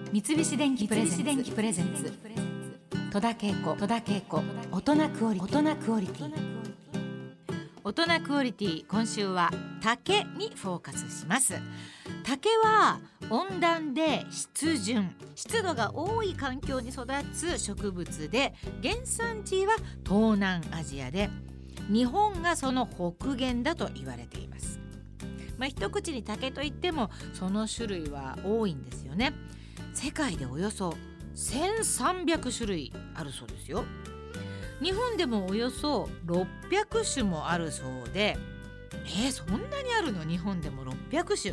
三菱電機プレゼンツ戸田恵子大人クオリティ。大人クオリティ、今週は竹にフォーカスします。竹は温暖で湿潤、湿度が多い環境に育つ植物で、原産地は東南アジアで、日本がその北限だと言われています。一口に竹といってもその種類は多いんですよね。世界でおよそ1300種類あるそうですよ。日本でもおよそ600種もあるそうで、そんなにあるの？日本でも600種。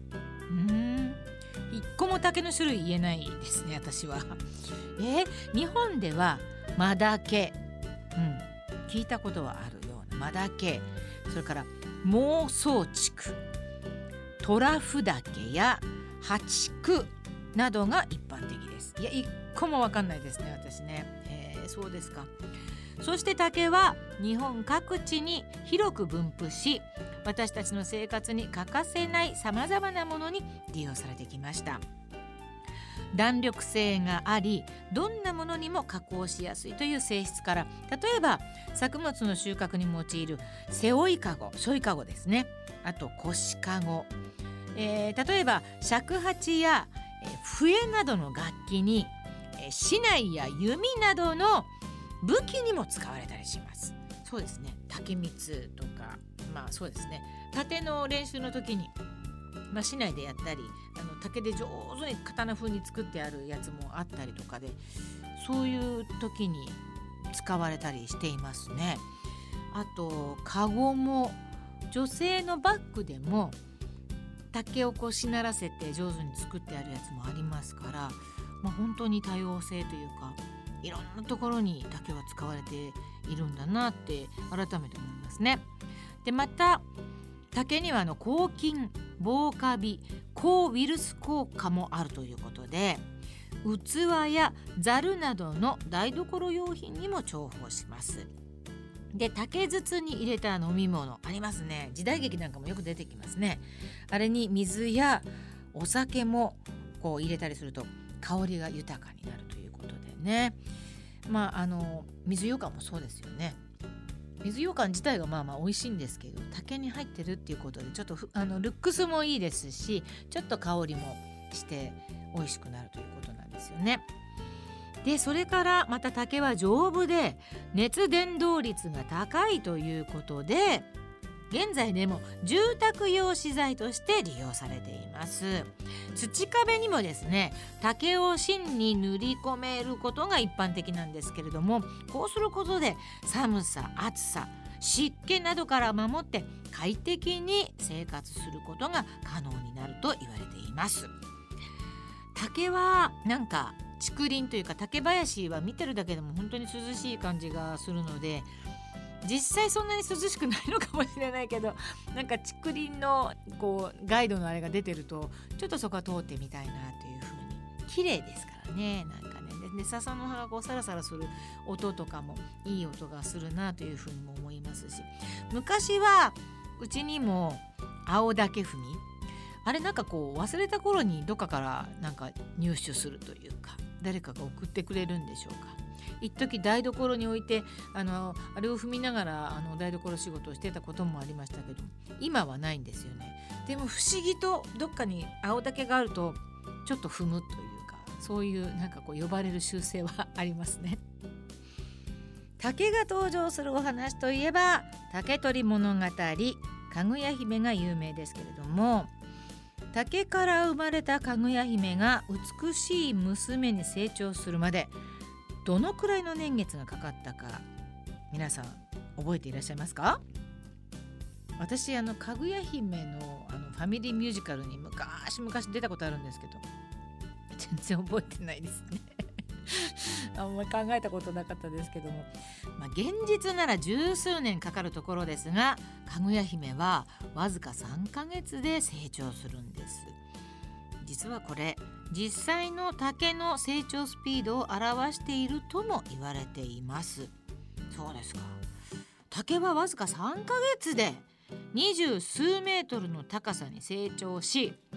一個も竹の種類言えないですね、私は。日本ではマダケ、聞いたことはあるようなマダケ、それからモウソウチク、トラフダケやハチクなどが一般的です。一個も分かんないですね、私ね。そうですか。そして竹は日本各地に広く分布し、私たちの生活に欠かせないさまざまなものに利用されてきました。弾力性があり、どんなものにも加工しやすいという性質から、例えば作物の収穫に用いる背負いかご、しょいかごですね。あと腰かご、例えば尺八や笛などの楽器に、竹刀や弓などの武器にも使われたりします。そうですね、竹光とか、そうですね、盾の練習の時に、竹刀でやったり、竹で上手に刀風に作ってあるやつもあったりとかで、そういう時に使われたりしていますね。あとカゴも、女性のバッグでも竹をしならせて上手に作ってあるやつもありますから、本当に多様性というか、いろんなところに竹は使われているんだなって改めて思いますね。でまた竹には抗菌、防カビ、抗ウイルス効果もあるということで、器やざるなどの台所用品にも重宝します。で竹筒に入れた飲み物ありますね。時代劇なんかもよく出てきますね。あれに水やお酒も入れたりすると香りが豊かになるということでね。水ようかんもそうですよね。水ようかん自体が美味しいんですけど、竹に入ってるっていうことで、ちょっとルックスもいいですし、ちょっと香りもして美味しくなるということなんですよね。でそれからまた竹は丈夫で熱伝導率が高いということで、現在でも住宅用資材として利用されています。土壁にもですね、竹を芯に塗り込めることが一般的なんですけれども、こうすることで寒さ、暑さ、湿気などから守って快適に生活することが可能になると言われています。竹は竹林というか竹林は見てるだけでも本当に涼しい感じがするので、実際そんなに涼しくないのかもしれないけど、竹林のガイドのあれが出てると、ちょっとそこは通ってみたいなというふうに。綺麗ですからね。で笹の葉がサラサラする音とかもいい音がするなというふうにも思いますし、昔はうちにも青竹踏み、あれ忘れた頃にどっかから入手するというか、誰かが送ってくれるんでしょうか。一時台所に置いてあれを踏みながら台所仕事をしてたこともありましたけど、今はないんですよね。でも不思議とどっかに青竹があるとちょっと踏むというか、そういう呼ばれる習性はありますね。竹が登場するお話といえば竹取物語、かぐや姫が有名ですけれども、竹から生まれたかぐや姫が美しい娘に成長するまでどのくらいの年月がかかったか、皆さん覚えていらっしゃいますか？私かぐや姫のファミリーミュージカルに昔出たことあるんですけど、全然覚えてないですねあんまり考えたことなかったですけども、現実なら十数年かかるところですが、かぐや姫はわずか3ヶ月で成長するんです。実はこれ、実際の竹の成長スピードを表しているとも言われています。そうですか。竹はわずか3ヶ月で20数メートルの高さに成長し、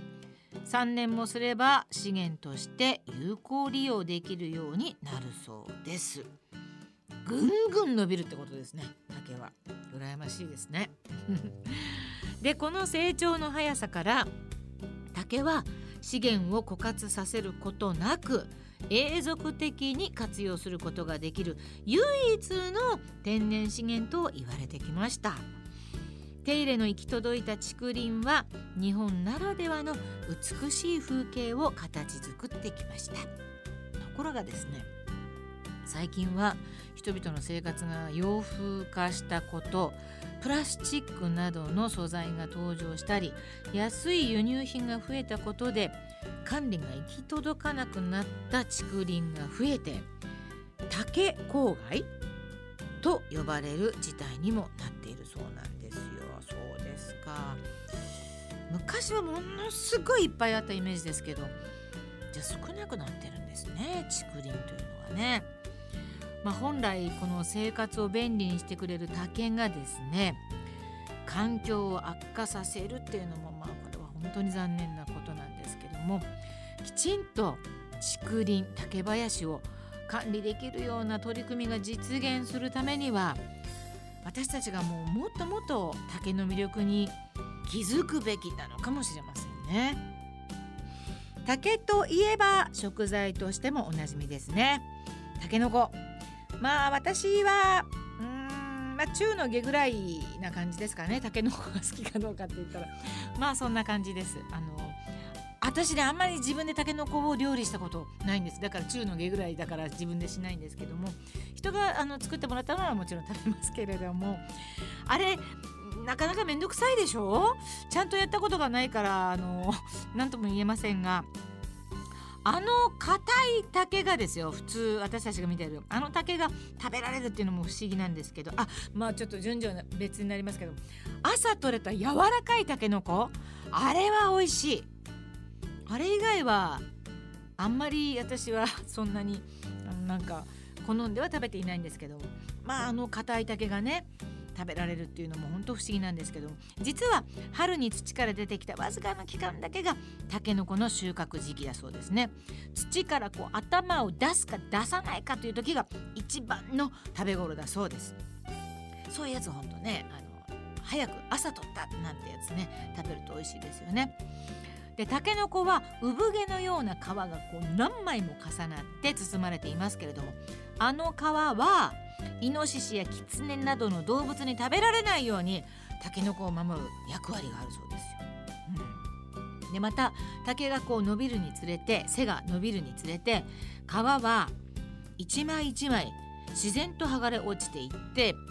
3年もすれば資源として有効利用できるようになるそうです。ぐんぐん伸びるってことですね。竹は羨ましいですねでこの成長の速さから竹は資源を枯渇させることなく永続的に活用することができる唯一の天然資源と言われてきました。手入れの行き届いた竹林は日本ならではの美しい風景を形作ってきました。ところがですね、最近は人々の生活が洋風化したこと、プラスチックなどの素材が登場したり、安い輸入品が増えたことで管理が行き届かなくなった竹林が増えて、竹公害と呼ばれる事態にもなっているそうなんですよ。そうですか。昔はものすごいいっぱいあったイメージですけど、じゃあ少なくなってるんですね、竹林というのはね。本来この生活を便利にしてくれる竹がですね、環境を悪化させるっていうのもこれは本当に残念なことなんですけども、きちんと竹林、竹林を管理できるような取り組みが実現するためには、私たちがもっともっと竹の魅力に気づくべきなのかもしれませんね。竹といえば食材としてもおなじみですね。タケノコ、私は中の下ぐらいな感じですかね。タケノコが好きかどうかって言ったらそんな感じです。私ね、あんまり自分でタケノコを料理したことないんです。だから中の下ぐらいだから自分でしないんですけども、人が作ってもらったのはもちろん食べますけれども、あれなかなかめんどくさいでしょ。ちゃんとやったことがないから何とも言えませんが、硬い竹がですよ、普通私たちが見てる竹が食べられるっていうのも不思議なんですけど、ちょっと順序別になりますけど、朝採れた柔らかいタケノコ、あれは美味しい。あれ以外はあんまり私はそんなに好んでは食べていないんですけど、硬い竹がね食べられるっていうのも本当不思議なんですけど、実は春に土から出てきたわずかな期間だけがタケノコの収穫時期だそうですね。土から頭を出すか出さないかという時が一番の食べ頃だそうです。そういうやつ本当ね、早く朝取ったなんてやつね、食べると美味しいですよね。でタケノコは産毛のような皮が何枚も重なって包まれていますけれども、皮はイノシシやキツネなどの動物に食べられないようにタケノコを守る役割があるそうですよ。でまた竹が伸びるにつれて、背が伸びるにつれて、皮は一枚一枚自然と剥がれ落ちていって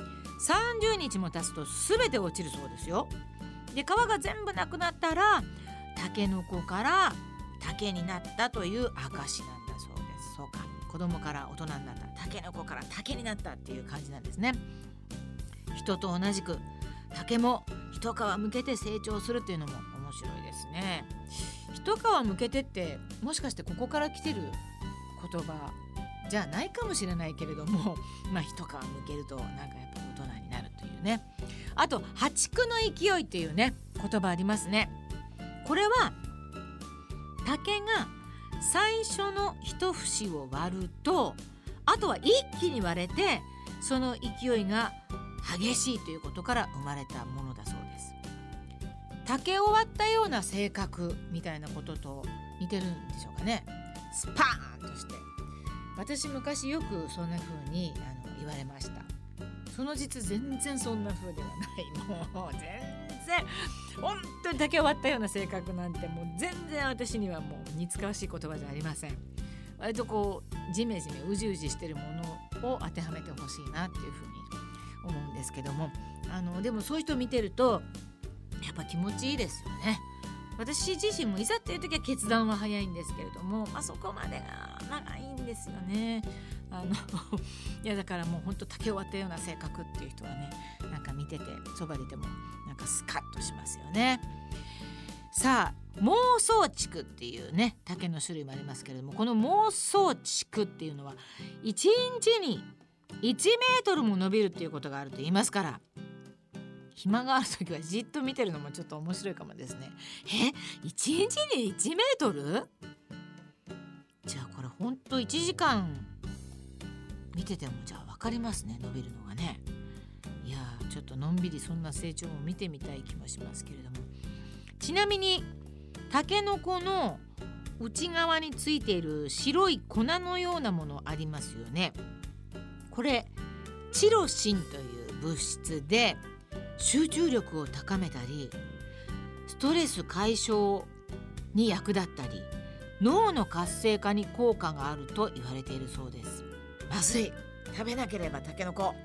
、30日も経つと全て落ちるそうですよ。で皮が全部なくなったらタケノコから竹になったという証なんだそうです。そうか、子供から大人になった、タケノコから竹になったっていう感じなんですね。人と同じく竹も一皮むけて成長するっていうのも面白いですね。一皮むけてってもしかしてここから来てる言葉じゃないかもしれないけれども、一皮むけるとやっぱ大人になるというね。あと破竹の勢いっていうね言葉ありますね。これは竹が最初の一節を割ると、あとは一気に割れてその勢いが激しいということから生まれたものだそうです。竹を割ったような性格みたいなことと似てるんでしょうかね。スパーンとして、私昔よくそんな風に言われました。その実全然そんな風ではない。もう全然本当に竹を割ったような性格なんてもう全然私にはもう似つかわしい言葉じゃありません。割とジメジメうじうじしてるものを当てはめてほしいなっていうふうに思うんですけども、でもそういう人を見てるとやっぱ気持ちいいですよね。私自身もいざっていう時は決断は早いんですけれども、そこまでが長いんですよね。いやだからもうほんと竹を割ったような性格っていう人はね、見ててそばにいてもスカッとしますよね。さあ孟宗竹っていうね竹の種類もありますけれども、この孟宗竹っていうのは1日に1メートルも伸びるっていうことがあると言いますから、 暇がある時はじっと見てるのもちょっと面白いかもですね。1日に1メートル？じゃあこれほんと1時間見ててもじゃあ分かりますね、伸びるのがね。いやちょっとのんびりそんな成長も見てみたい気もしますけれども、ちなみにタケノコの内側についている白い粉のようなものありますよね。これチロシンという物質で集中力を高めたりストレス解消に役立ったり脳の活性化に効果があると言われているそうです。まずい、食べなければタケノコ。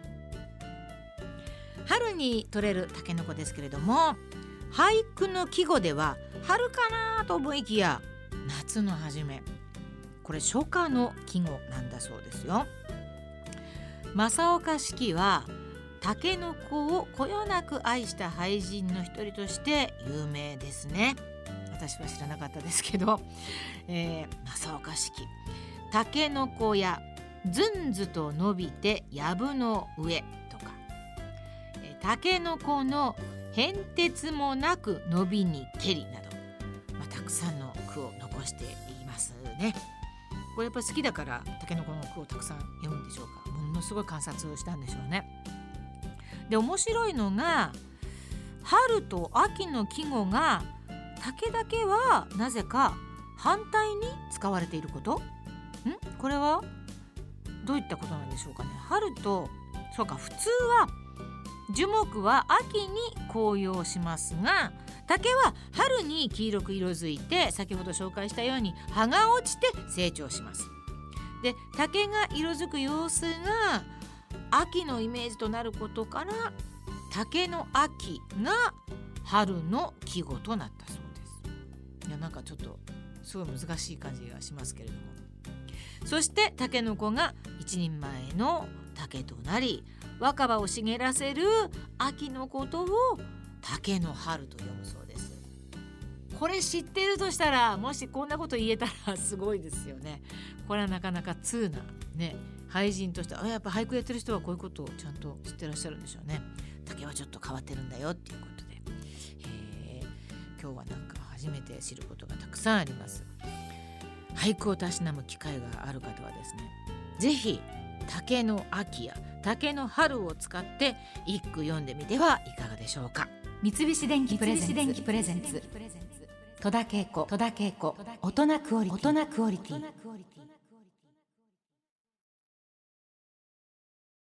春に採れるタケノコですけれども、俳句の季語では春かなと思いきや夏の初め、これ初夏の季語なんだそうですよ。正岡子規はタケノコをこよなく愛した俳人の一人として有名ですね。私は知らなかったですけど、正岡子規、タケノコやずんずと伸びて藪の上とか、タケノコの変哲もなく伸びにけりなど、たくさんの句を残していますね。これやっぱり好きだからタケノコの句をたくさん読むんでしょうか。ものすごい観察をしたんでしょうね。で面白いのが春と秋の季語が竹だけはなぜか反対に使われていること。これはどういったことなんでしょうかね。春とそうか、普通は樹木は秋に紅葉しますが、竹は春に黄色く色づいて先ほど紹介したように葉が落ちて成長します。で竹が色づく様子が秋のイメージとなることから竹の秋が春の季語となったそうです。いやなんかちょっとすごい難しい感じがしますけれども、そしてタケノコが一人前の竹となり若葉を茂らせる秋のことを竹の春と呼ぶそうです。これ知ってるとしたら、もしこんなこと言えたらすごいですよね。これはなかなか通なね、俳人としてやっぱ俳句やってる人はこういうことをちゃんと知ってらっしゃるんでしょうね。竹はちょっと変わってるんだよっていうことで、今日はなんか初めて知ることがたくさんあります。俳句をたしなむ機会がある方はですね、ぜひ竹の秋や竹の春を使って一句読んでみてはいかがでしょうか。 三菱電機プレゼンツ戸田恵子大人クオリティ。